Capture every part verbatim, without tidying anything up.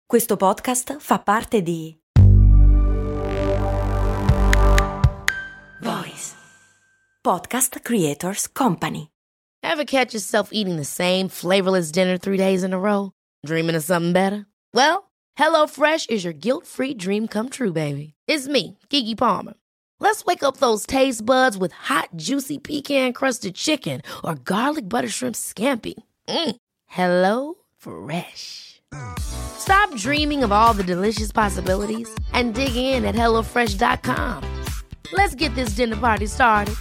Questo podcast fa parte di Voice Podcast Creators Company. Ever catch yourself eating the same flavorless dinner three days in a row? Dreaming of something better? Well, HelloFresh is your guilt-free dream come true, baby. It's me, Keke Palmer. Let's wake up those taste buds with hot, juicy pecan-crusted chicken or garlic butter shrimp scampi. Mm. Hello Fresh. Stop dreaming of all the delicious possibilities and dig in at hello fresh dot com. Let's get this dinner party started.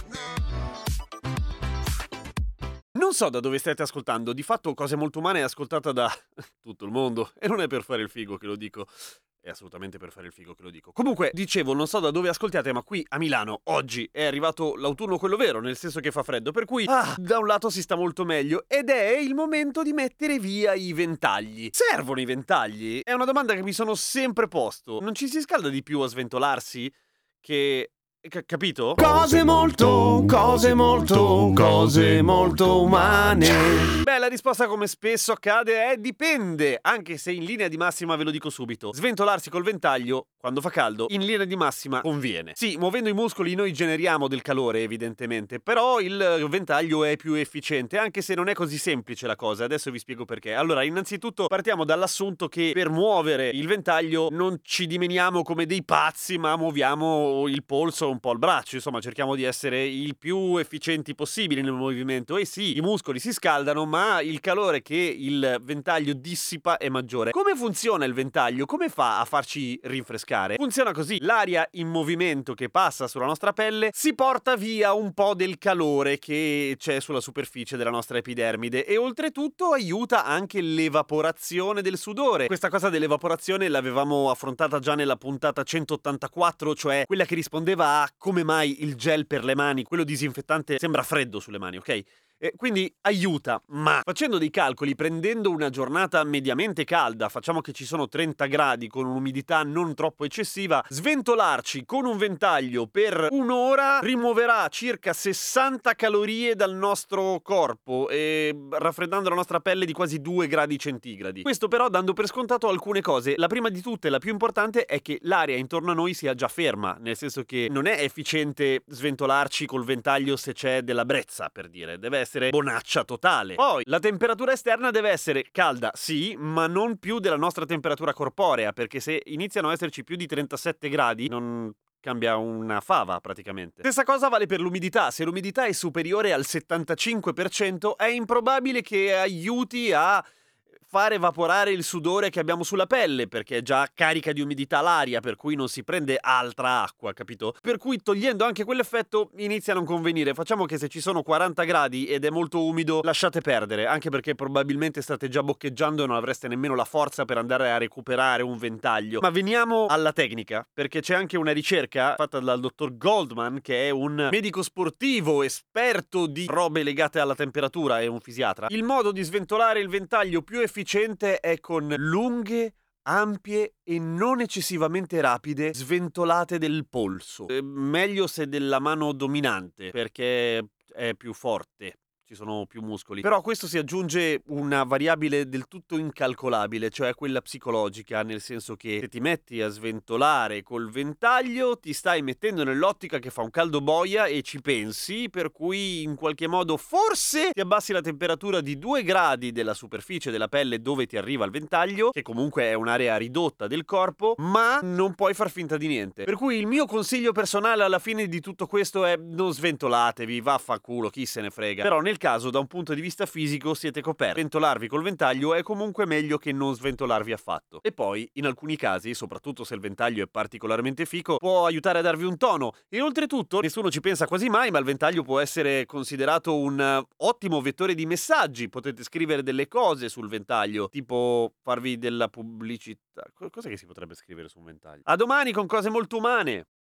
Non so da dove state ascoltando, di fatto Cose Molto Umane è ascoltata da tutto il mondo e non è per fare il figo che lo dico, è assolutamente per fare il figo che lo dico. Comunque, dicevo, non so da dove ascoltiate, ma qui a Milano oggi è arrivato l'autunno quello vero, nel senso che fa freddo, per cui ah, da un lato si sta molto meglio ed è il momento di mettere via i ventagli. Servono i ventagli? È una domanda che mi sono sempre posto. Non ci si scalda di più a sventolarsi che... C- capito? Cose molto, cose molto, cose molto umane. Beh, la risposta, come spesso accade, è dipende, anche se in linea di massima ve lo dico subito. Sventolarsi col ventaglio, quando fa caldo, in linea di massima conviene. Sì, muovendo i muscoli noi generiamo del calore, evidentemente, però il ventaglio è più efficiente, anche se non è così semplice la cosa. Adesso vi spiego perché. Allora, innanzitutto partiamo dall'assunto che per muovere il ventaglio non ci dimeniamo come dei pazzi, ma muoviamo il polso un po' al braccio, insomma cerchiamo di essere il più efficienti possibili nel movimento. E sì, i muscoli si scaldano, ma il calore che il ventaglio dissipa è maggiore. Come funziona il ventaglio? Come fa a farci rinfrescare? Funziona così: l'aria in movimento che passa sulla nostra pelle si porta via un po' del calore che c'è sulla superficie della nostra epidermide e oltretutto aiuta anche l'evaporazione del sudore. Questa cosa dell'evaporazione l'avevamo affrontata già nella puntata centottantaquattro, cioè quella che rispondeva a come mai il gel per le mani, quello disinfettante, sembra freddo sulle mani, ok? E quindi aiuta, ma facendo dei calcoli, prendendo una giornata mediamente calda, facciamo che ci sono trenta gradi con un'umidità non troppo eccessiva, sventolarci con un ventaglio per un'ora rimuoverà circa sessanta calorie dal nostro corpo e raffreddando la nostra pelle di quasi due gradi centigradi. Questo però dando per scontato alcune cose. La prima di tutte, la più importante, è che l'aria intorno a noi sia già ferma, nel senso che non è efficiente sventolarci col ventaglio se c'è della brezza, per dire, deve essere bonaccia totale. Poi la temperatura esterna deve essere calda, sì, ma non più della nostra temperatura corporea, perché se iniziano a esserci più di trentasette gradi non cambia una fava praticamente. Stessa cosa vale per l'umidità. Se l'umidità è superiore al settantacinque per cento è improbabile che aiuti a far evaporare il sudore che abbiamo sulla pelle, perché è già carica di umidità l'aria, per cui non si prende altra acqua, capito? Per cui togliendo anche quell'effetto inizia a non convenire. Facciamo che se ci sono quaranta gradi ed è molto umido, lasciate perdere, anche perché probabilmente state già boccheggiando e non avreste nemmeno la forza per andare a recuperare un ventaglio. Ma veniamo alla tecnica, perché c'è anche una ricerca fatta dal dottor Goldman, che è un medico sportivo esperto di robe legate alla temperatura e un fisiatra. Il modo di sventolare il ventaglio più efficiente è con lunghe, ampie e non eccessivamente rapide sventolate del polso. Eh, meglio se della mano dominante, perché è più forte. Ci sono più muscoli. Però a questo si aggiunge una variabile del tutto incalcolabile, cioè quella psicologica, nel senso che se ti metti a sventolare col ventaglio ti stai mettendo nell'ottica che fa un caldo boia e ci pensi, per cui in qualche modo forse ti abbassi la temperatura di due gradi della superficie della pelle dove ti arriva il ventaglio, che comunque è un'area ridotta del corpo, ma non puoi far finta di niente. Per cui il mio consiglio personale alla fine di tutto questo è: non sventolatevi, vaffanculo, chi se ne frega. Però nel caso, da un punto di vista fisico, siete coperti. Ventolarvi col ventaglio è comunque meglio che non sventolarvi affatto. E poi, in alcuni casi, soprattutto se il ventaglio è particolarmente fico, può aiutare a darvi un tono. E oltretutto, nessuno ci pensa quasi mai, ma il ventaglio può essere considerato un uh, ottimo vettore di messaggi. Potete scrivere delle cose sul ventaglio, tipo farvi della pubblicità. Cos'è che si potrebbe scrivere su un ventaglio? A domani con Cose Molto Umane!